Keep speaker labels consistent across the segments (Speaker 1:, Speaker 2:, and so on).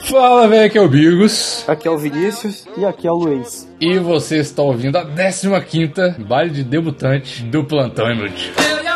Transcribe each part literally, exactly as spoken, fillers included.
Speaker 1: Fala, velho, aqui é o Bigos.
Speaker 2: Aqui é o Vinícius.
Speaker 3: E aqui é o Luiz.
Speaker 1: E você está ouvindo a décima quinta baile de debutante do Plantão Inútil.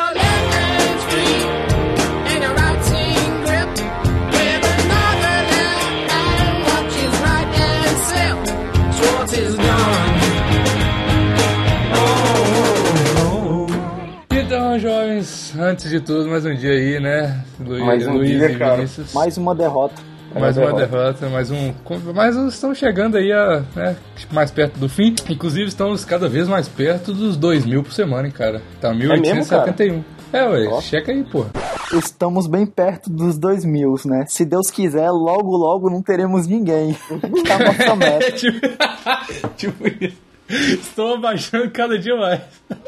Speaker 1: Então, jovens, antes de tudo, mais um dia aí, né? Luiz,
Speaker 2: mais um
Speaker 1: Luiz
Speaker 2: dia,
Speaker 1: e
Speaker 2: cara.
Speaker 1: Vinícius.
Speaker 3: Mais uma derrota.
Speaker 1: Mais uma derrota, mais um. Mas estamos chegando aí a, né, mais perto do fim. Inclusive, estamos cada vez mais perto dos dois mil por semana, hein, cara. Tá mil oitocentos e setenta e um. É, ué, oh. Checa aí, pô.
Speaker 3: Estamos bem perto dos dois mil, né? Se Deus quiser, logo, logo não teremos ninguém. Tá a nossa meta.
Speaker 1: tipo, tipo isso. Estou abaixando cada dia mais.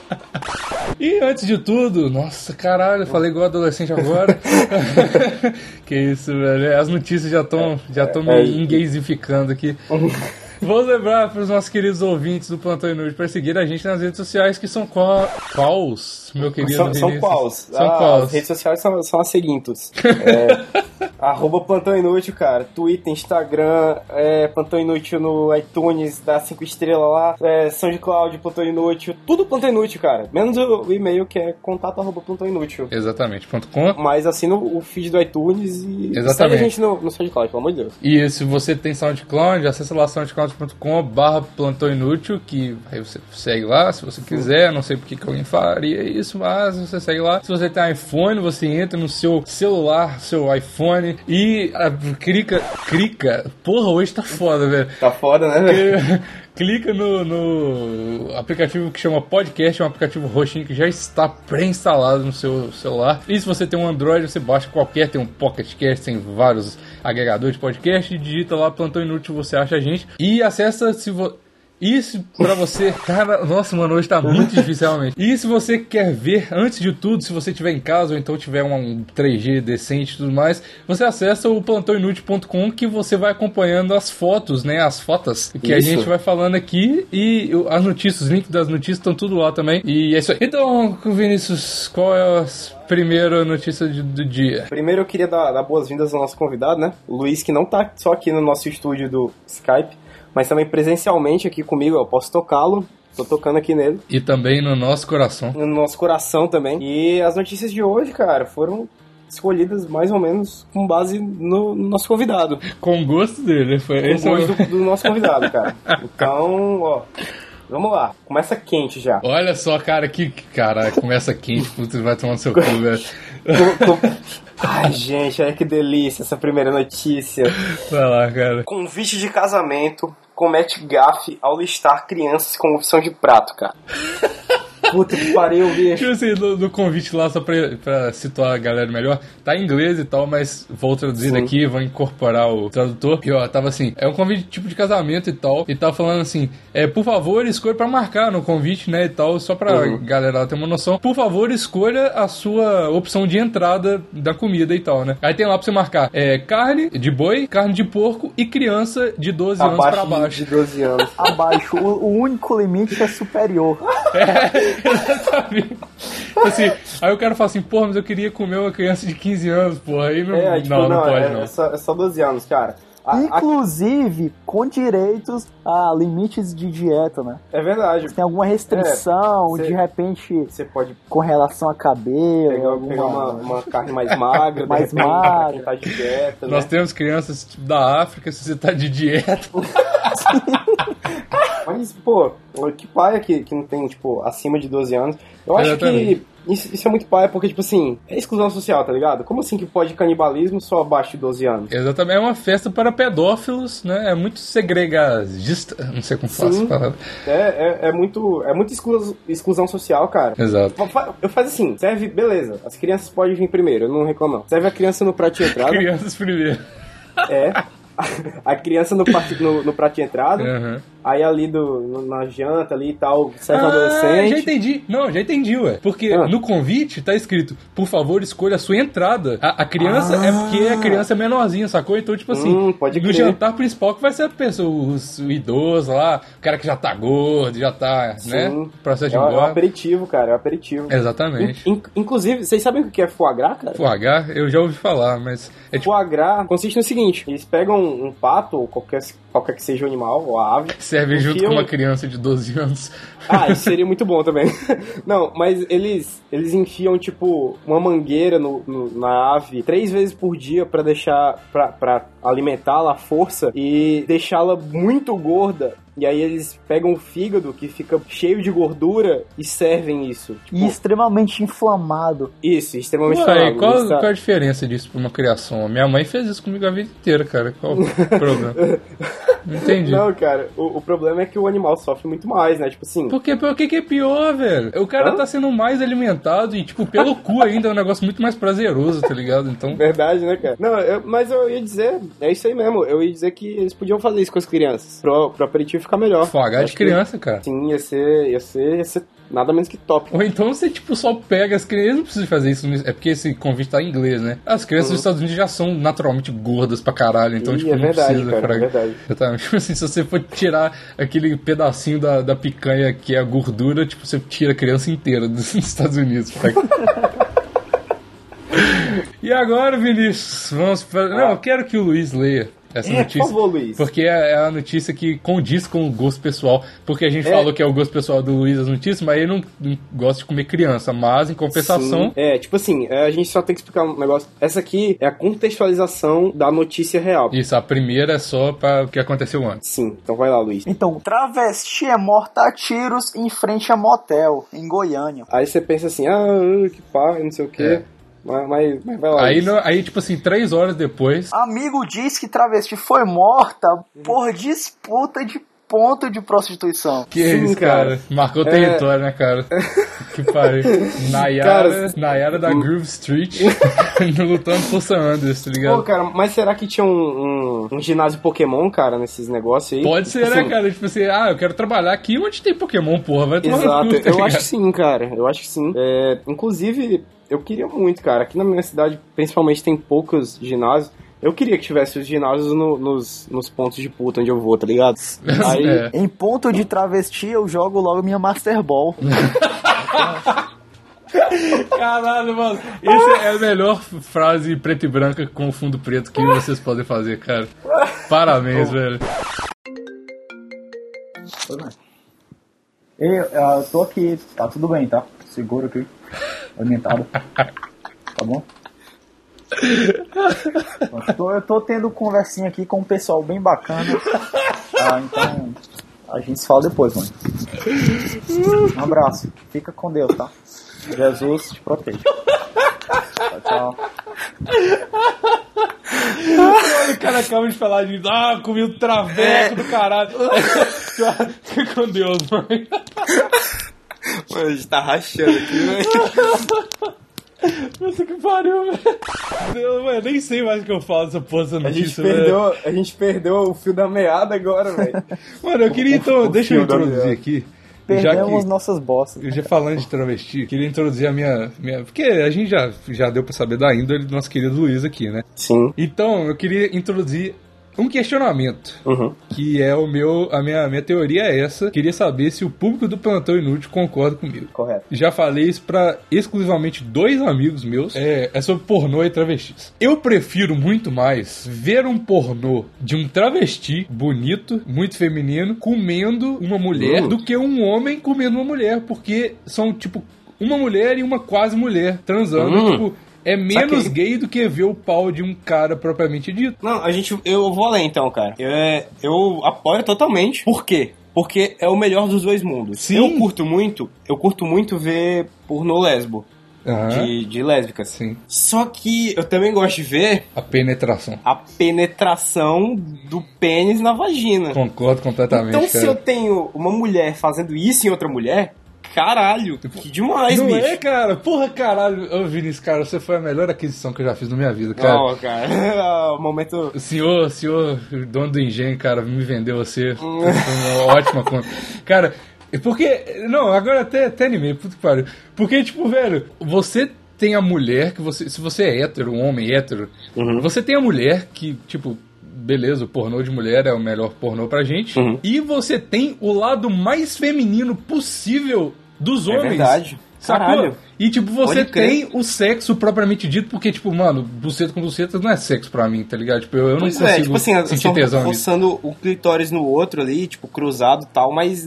Speaker 1: E antes de tudo, nossa, caralho, falei igual adolescente agora. Que isso, velho. As notícias já estão já estão me engazificando aqui. Vou lembrar para os nossos queridos ouvintes do Plantão Inútil para seguir a gente nas redes sociais, que são qual, quals, meu querido
Speaker 2: São, são quals.
Speaker 1: São
Speaker 2: ah,
Speaker 1: quals.
Speaker 2: As redes sociais são, são as seguintes. É, arroba Plantão Inútil, cara. Twitter, Instagram, é, Plantão Inútil no iTunes, dá cinco estrelas lá. É, SoundCloud, Plantão Inútil. Tudo Plantão Inútil, cara. Menos o, o e-mail que é contato arroba Plantão Inútil.
Speaker 1: Exatamente, ponto com.
Speaker 2: Mas assina o feed do iTunes e
Speaker 1: Exatamente.
Speaker 2: segue a gente no, no SoundCloud, pelo amor de Deus.
Speaker 1: E se você tem SoundCloud, acessa lá soundcloud ponto com barra Plantão Inútil, que aí você segue lá, se você quiser. Não sei porque que alguém faria isso, mas você segue lá. Se você tem iPhone, você entra no seu celular, seu iPhone e a, clica, clica, porra, hoje tá foda, velho.
Speaker 2: Tá foda, né, velho?
Speaker 1: Clica no, no aplicativo que chama Podcast, é um aplicativo roxinho que já está pré-instalado no seu celular. E se você tem um Android, você baixa qualquer, tem um Pocket Cast, tem vários agregadores de podcast, e digita lá Plantão Inútil, você acha a gente. E acessa se você... Isso pra você, cara, nossa, mano, hoje tá muito difícil realmente. E se você quer ver, antes de tudo, se você estiver em casa ou então tiver um três G decente e tudo mais, você acessa o plantão inútil ponto com, que você vai acompanhando as fotos, né, as fotos que Isso. a gente vai falando aqui, e as notícias, os links das notícias estão tudo lá também. E é isso aí. Então, Vinícius, qual é a primeira notícia de, do dia?
Speaker 2: Primeiro eu queria dar, dar boas-vindas ao nosso convidado, né, o Luiz, que não tá só aqui no nosso estúdio do Skype, mas também presencialmente aqui comigo, eu posso tocá-lo, tô tocando aqui nele.
Speaker 1: E também no nosso coração.
Speaker 2: No nosso coração também. E as notícias de hoje, cara, foram escolhidas mais ou menos com base no, no nosso convidado.
Speaker 1: Com o gosto dele. Foi
Speaker 2: com
Speaker 1: esse
Speaker 2: o gosto é... do, do nosso convidado, cara. Então, ó... Vamos lá, começa quente já.
Speaker 1: Olha só, cara, que cara, começa quente, putz, vai tomar no seu cu, velho.
Speaker 2: Ai, gente, olha que delícia essa primeira notícia.
Speaker 1: Vai lá, cara.
Speaker 2: Convite de casamento comete gafe ao listar crianças com opção de prato, cara. Puta que pariu, bicho.
Speaker 1: Tipo assim, no, no convite lá, só pra, pra situar a galera melhor, tá em inglês e tal, mas vou traduzir Sim. aqui, vou incorporar o tradutor. E ó, tava assim, é um convite tipo de casamento e tal, e tava falando assim, é, por favor, escolha pra marcar no convite, né, e tal, só pra uhum. galera ter uma noção. Por favor, escolha a sua opção de entrada da comida e tal, né. Aí tem lá pra você marcar, é, carne de boi, carne de porco e criança de doze anos pra baixo.
Speaker 2: De doze anos.
Speaker 3: Abaixo. O, o único limite é superior.
Speaker 1: É. Exatamente. Assim, aí o cara fala assim, porra, mas eu queria comer uma criança de quinze anos, porra. Aí não,
Speaker 2: é, tipo,
Speaker 1: não, não,
Speaker 2: não
Speaker 1: pode,
Speaker 2: é,
Speaker 1: não.
Speaker 2: É só, é só doze anos, cara. A,
Speaker 3: Inclusive, a... com direitos a limites de dieta, né?
Speaker 2: É verdade.
Speaker 3: Se tem alguma restrição, é, cê, de repente,
Speaker 2: você pode
Speaker 3: com relação a cabelo,
Speaker 2: pegar,
Speaker 3: alguma...
Speaker 2: pegar uma, uma carne mais magra,
Speaker 3: mais
Speaker 2: repente,
Speaker 3: magra.
Speaker 2: Pra quem tá de dieta.
Speaker 1: Nós
Speaker 2: né?
Speaker 1: temos crianças tipo, da África, se você tá de dieta.
Speaker 2: Mas, pô, que paia que, que não tem, tipo, acima de doze anos. Eu acho Exatamente. que isso, isso é muito paia, porque, tipo assim, é exclusão social, tá ligado? Como assim que pode canibalismo só abaixo de doze anos?
Speaker 1: Exatamente, é uma festa para pedófilos, né? É muito segregagista, não sei como faço falar.
Speaker 2: É, é, é muito, é muito exclusão, exclusão social, cara.
Speaker 1: Exato.
Speaker 2: Eu faço assim, serve, beleza, as crianças podem vir primeiro, eu não reclamo não. Serve a criança no prato de entrada.
Speaker 1: Crianças primeiro.
Speaker 2: É. A criança no, part... no, no prato de entrada, uhum. aí ali do, na janta ali e tal, serve
Speaker 1: ah,
Speaker 2: adolescente.
Speaker 1: já entendi. Não, já entendi, ué. Porque
Speaker 2: ah.
Speaker 1: no convite tá escrito, por favor, escolha a sua entrada. A, a criança ah. é porque a criança é menorzinha, sacou? Então, tipo assim,
Speaker 2: hum, pode
Speaker 1: no
Speaker 2: crer.
Speaker 1: jantar principal que vai ser a pessoa, o, o idoso lá, o cara que já tá gordo, já tá,
Speaker 2: Sim.
Speaker 1: né? Processo de
Speaker 2: é,
Speaker 1: engorda.
Speaker 2: É um aperitivo, cara, é um aperitivo.
Speaker 1: Exatamente.
Speaker 2: In, in, inclusive, vocês sabem o que é foie gras, cara?
Speaker 1: Foie gras, eu já ouvi falar, mas... É tipo...
Speaker 2: Foie gras consiste no seguinte, eles pegam um, um pato, ou qualquer, qualquer que seja o animal, ou a ave...
Speaker 1: Serve junto
Speaker 2: enfiam...
Speaker 1: com uma criança de doze anos.
Speaker 2: Ah, isso seria muito bom também. Não, mas eles, eles enfiam, tipo, uma mangueira no, no, na ave três vezes por dia pra deixar, pra, pra alimentá-la à força e deixá-la muito gorda. E aí eles pegam o fígado, que fica cheio de gordura, e servem isso. Tipo,
Speaker 3: e extremamente inflamado.
Speaker 2: Isso, extremamente
Speaker 1: Ué,
Speaker 2: inflamado.
Speaker 1: Qual,
Speaker 2: isso tá...
Speaker 1: qual a diferença disso pra uma criação? Minha mãe fez isso comigo a vida inteira, cara. Qual o problema? Não entendi.
Speaker 2: Não, cara, o, o problema é que o animal sofre muito mais, né? Tipo assim...
Speaker 1: Por que, por que que é pior, velho? O cara Hã? tá sendo mais alimentado e, tipo, pelo cu ainda é um negócio muito mais prazeroso, tá ligado? Então...
Speaker 2: Verdade, né, cara? Não, eu, mas eu ia dizer, é isso aí mesmo. Eu ia dizer que eles podiam fazer isso com as crianças. Pro, pro aperitivo ficar melhor.
Speaker 1: Fogar de criança, que, cara.
Speaker 2: Sim, ia ser, ia ser, ia ser nada menos que top.
Speaker 1: Ou então você, tipo, só pega as crianças, não precisa fazer isso, é porque esse convite tá em inglês, né? As crianças uhum. dos Estados Unidos já são naturalmente gordas pra caralho, então, Ih, tipo,
Speaker 2: é
Speaker 1: não
Speaker 2: verdade,
Speaker 1: precisa.
Speaker 2: Cara,
Speaker 1: pra...
Speaker 2: é verdade.
Speaker 1: Exatamente. Tipo assim, se você for tirar aquele pedacinho da, da picanha que é a gordura, tipo, você tira a criança inteira dos Estados Unidos. E agora, Vinícius, vamos pra... Ah. Não, eu quero que o Luiz leia essa
Speaker 2: é,
Speaker 1: notícia,
Speaker 2: por favor, Luiz.
Speaker 1: Porque é a notícia que condiz com o gosto pessoal, porque a gente é. falou que é o gosto pessoal do Luiz as notícias, mas ele não, não gosta de comer criança, mas em compensação...
Speaker 2: Sim. É, tipo assim, a gente só tem que explicar um negócio. Essa aqui é a contextualização da notícia real.
Speaker 1: Isso, a primeira é só para o que aconteceu antes.
Speaker 2: Sim, então vai lá, Luiz.
Speaker 3: Então, travesti é morta a tiros em frente a motel, em Goiânia.
Speaker 2: Aí você pensa assim, ah, que pá, não sei o quê. É. Mas, mas, mas vai lá.
Speaker 1: Aí, no, aí, tipo assim, três horas depois...
Speaker 3: Amigo diz que travesti foi morta por disputa de ponto de prostituição.
Speaker 1: Que Sim, isso, cara. cara. Marcou o território, é... né, cara? Que pariu. Nayara, cara, Nayara da Groove Street lutando por Sam Anderson, tá ligado?
Speaker 2: Pô, cara, mas será que tinha um, um, um ginásio Pokémon, cara, nesses negócios aí?
Speaker 1: Pode ser, assim, né, cara? Tipo assim, ah, eu quero trabalhar aqui onde tem Pokémon, porra. Vai tomar
Speaker 2: Exato,
Speaker 1: no cu, tá
Speaker 2: eu
Speaker 1: ligado?
Speaker 2: acho que sim, cara. Eu acho que sim. É, inclusive... Eu queria muito, cara. Aqui na minha cidade, principalmente, tem poucos ginásios. Eu queria que tivesse os ginásios no, nos, nos pontos de puta onde eu vou, tá ligado? Aí...
Speaker 3: É. Em ponto de travesti, eu jogo logo minha Master Ball.
Speaker 1: Caralho, mano. Essa é a melhor frase preta e branca com fundo preto que vocês podem fazer, cara. Parabéns, oh. velho.
Speaker 4: Eu, eu tô aqui, tá tudo bem, tá? Seguro aqui. Alimentado. Tá bom? Eu tô, eu tô tendo conversinha aqui com um pessoal bem bacana. Ah, então a gente se fala depois, mano. Um abraço. Fica com Deus, tá? Jesus te protege. Tchau, tchau.
Speaker 1: O cara acaba de falar de ah, comi um traveco do caralho. Fica com Deus, mano.
Speaker 2: Mano, a gente tá rachando aqui, velho.
Speaker 1: Nossa, que pariu, velho. Eu nem sei mais o que eu falo dessa porra dessa notícia,
Speaker 2: a gente perdeu, velho. A gente perdeu o fio da meada agora, velho.
Speaker 1: Mano, eu queria então... O, o deixa eu introduzir aqui.
Speaker 3: Perdemos nossas bostas.
Speaker 1: Eu já falando de travesti, queria introduzir a minha, minha... Porque a gente já, já deu pra saber da índole do nosso querido Luiz aqui, né?
Speaker 2: Sim.
Speaker 1: Então, eu queria introduzir um questionamento,
Speaker 2: uhum.
Speaker 1: que é o meu, a minha, minha teoria é essa. Queria saber se o público do Plantão Inútil concorda comigo.
Speaker 2: Correto.
Speaker 1: Já falei isso pra exclusivamente dois amigos meus. É, é sobre pornô e travestis. Eu prefiro muito mais ver um pornô de um travesti bonito, muito feminino, comendo uma mulher, uh. do que um homem comendo uma mulher, porque são, tipo, uma mulher e uma quase mulher transando, uh. tipo... É menos Saquei. gay do que ver o pau de um cara propriamente dito.
Speaker 2: Não, a gente... Eu vou além, então, cara. Eu, eu apoio totalmente. Por quê? Porque é o melhor dos dois mundos.
Speaker 1: Sim.
Speaker 2: Eu curto muito... Eu curto muito ver pornô lesbo.
Speaker 1: Uhum.
Speaker 2: De, de lésbicas.
Speaker 1: Sim.
Speaker 2: Só que eu também gosto de ver...
Speaker 1: A penetração.
Speaker 2: A penetração do pênis na vagina.
Speaker 1: Concordo completamente,
Speaker 2: Então,
Speaker 1: cara.
Speaker 2: se eu tenho uma mulher fazendo isso em outra mulher... Caralho, que demais,
Speaker 1: Não
Speaker 2: bicho.
Speaker 1: é, cara? Porra, caralho. Ô, Vinícius, cara, você foi a melhor aquisição que eu já fiz na minha vida, cara.
Speaker 2: Não, cara. O momento...
Speaker 1: O senhor, senhor, dono do engenho, cara, me vendeu você. Foi uma ótima conta. Cara, porque... Não, agora até, até animei, puta que pariu. Porque, tipo, velho, você tem a mulher que você... Se você é hétero, um homem hétero, uhum. você tem a mulher que, tipo... Beleza, o pornô de mulher é o melhor pornô pra gente. Uhum. E você tem o lado mais feminino possível dos homens. É
Speaker 2: verdade.
Speaker 1: Sacou?
Speaker 2: Caralho.
Speaker 1: E, tipo, você tem o sexo propriamente dito, porque, tipo, mano, buceta com buceta não é sexo pra mim, tá ligado? Tipo, eu, eu não
Speaker 2: pois
Speaker 1: consigo
Speaker 2: é, tipo assim,
Speaker 1: sentir tesão
Speaker 2: roçando o clitóris no outro ali, tipo, cruzado e tal, mas...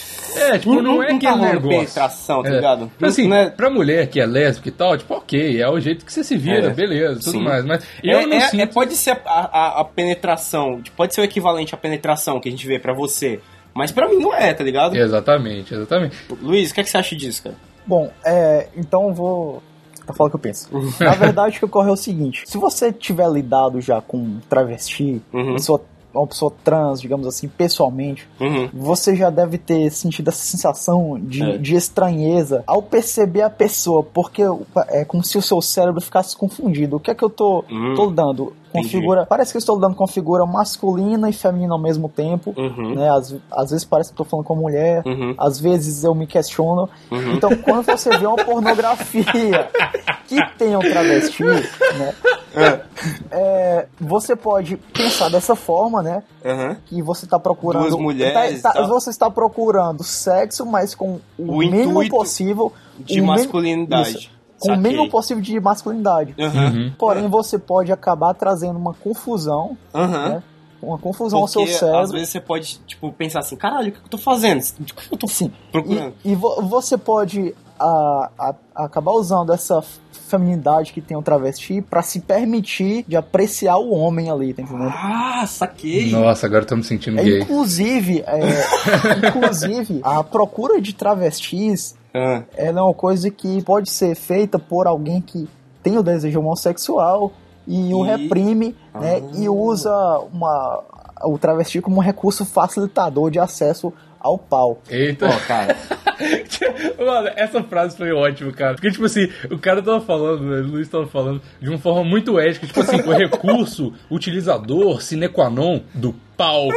Speaker 1: É, tipo, não, não é
Speaker 2: não
Speaker 1: aquele
Speaker 2: tá
Speaker 1: negócio.
Speaker 2: penetração, tá
Speaker 1: é.
Speaker 2: ligado?
Speaker 1: Tipo assim,
Speaker 2: não é...
Speaker 1: pra mulher que é lésbica e tal, tipo, ok, é o jeito que você se vira,
Speaker 2: é.
Speaker 1: beleza, tudo
Speaker 2: Sim.
Speaker 1: mais. Mas eu
Speaker 2: é,
Speaker 1: não
Speaker 2: é,
Speaker 1: sinto...
Speaker 2: é, pode ser a, a, a penetração, pode ser o equivalente à penetração que a gente vê pra você, mas pra mim não é, tá ligado?
Speaker 1: Exatamente, exatamente.
Speaker 2: Luiz, o que, é que você acha disso, cara?
Speaker 4: Bom, é, então eu vou... Pra falar o que eu penso. Na verdade, o que ocorre é o seguinte: se você tiver lidado já com travesti, uhum. pessoa, uma pessoa trans, digamos assim, pessoalmente, uhum. você já deve ter sentido essa sensação de, é. de estranheza ao perceber a pessoa, porque é como se o seu cérebro ficasse confundido. O que é que eu tô, uhum. tô dando? Configura, parece que eu estou dando com figura masculina e feminina ao mesmo tempo, uhum. né? Às, às vezes parece que eu estou falando com mulher, uhum. às vezes eu me questiono. Uhum. Então, quando você vê uma pornografia que tem um travesti, né? É. É, você pode pensar dessa forma, né? Uhum. Que você está procurando...
Speaker 2: Duas mulheres
Speaker 4: tá, tá, Você está procurando sexo, mas com o, o mínimo possível...
Speaker 2: De masculinidade.
Speaker 4: Isso, com Saquei. o mínimo possível de masculinidade. Uhum. Porém, uhum. você pode acabar trazendo uma confusão, uhum. né? Uma confusão
Speaker 2: Porque,
Speaker 4: ao seu cérebro.
Speaker 2: Às vezes você pode, tipo, pensar assim, caralho, o que eu tô fazendo? O que eu tô
Speaker 4: Sim.
Speaker 2: procurando?
Speaker 4: E, e vo- você pode a, a, acabar usando essa feminidade que tem o travesti pra se permitir de apreciar o homem ali, tá entendendo?
Speaker 2: Ah, saquei!
Speaker 1: Nossa, agora eu tô me sentindo
Speaker 4: é,
Speaker 1: gay.
Speaker 4: Inclusive, é, inclusive, a procura de travestis Ah. ela é uma coisa que pode ser feita por alguém que tem o desejo homossexual e, e... o reprime, ah. né, e usa uma, o travesti como um recurso facilitador de acesso ao pau.
Speaker 1: Eita, oh, cara. Mano, essa frase foi ótima, cara. Porque, tipo assim, o cara tava falando, né, o Luiz tava falando de uma forma muito ética, tipo assim, o recurso utilizador sine qua non do pau.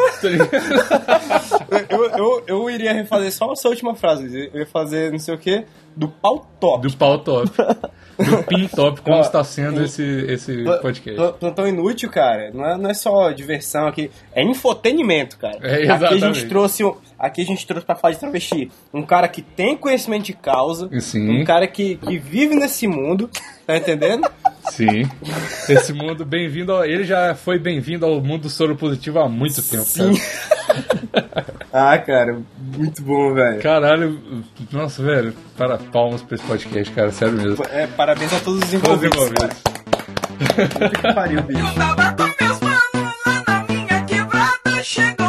Speaker 2: eu, eu, eu iria refazer só essa última frase. Eu ia fazer não sei o que do pau top.
Speaker 1: Do pau top. Do pin top, como está sendo esse, esse podcast.
Speaker 2: Plantão Inútil, cara, não é, não é só diversão aqui, é infotenimento, cara.
Speaker 1: É, exatamente.
Speaker 2: Aqui a gente trouxe, aqui a gente trouxe pra falar de travesti um cara que tem conhecimento de causa,
Speaker 1: Sim.
Speaker 2: um cara que, que vive nesse mundo, tá entendendo?
Speaker 1: Sim. Esse mundo, bem-vindo ao... Ele já foi bem-vindo ao mundo do soro positivo há muito tempo, Sim.
Speaker 2: cara. Ah, cara, muito bom, velho.
Speaker 1: Caralho, nossa, velho, para palmas pra esse podcast, cara, sério mesmo.
Speaker 2: É, parabéns a todos os envolvidos. Todos os envolvidos. Puta que pariu, bicho. Eu tava com meus manos lá na minha quebrada, chegou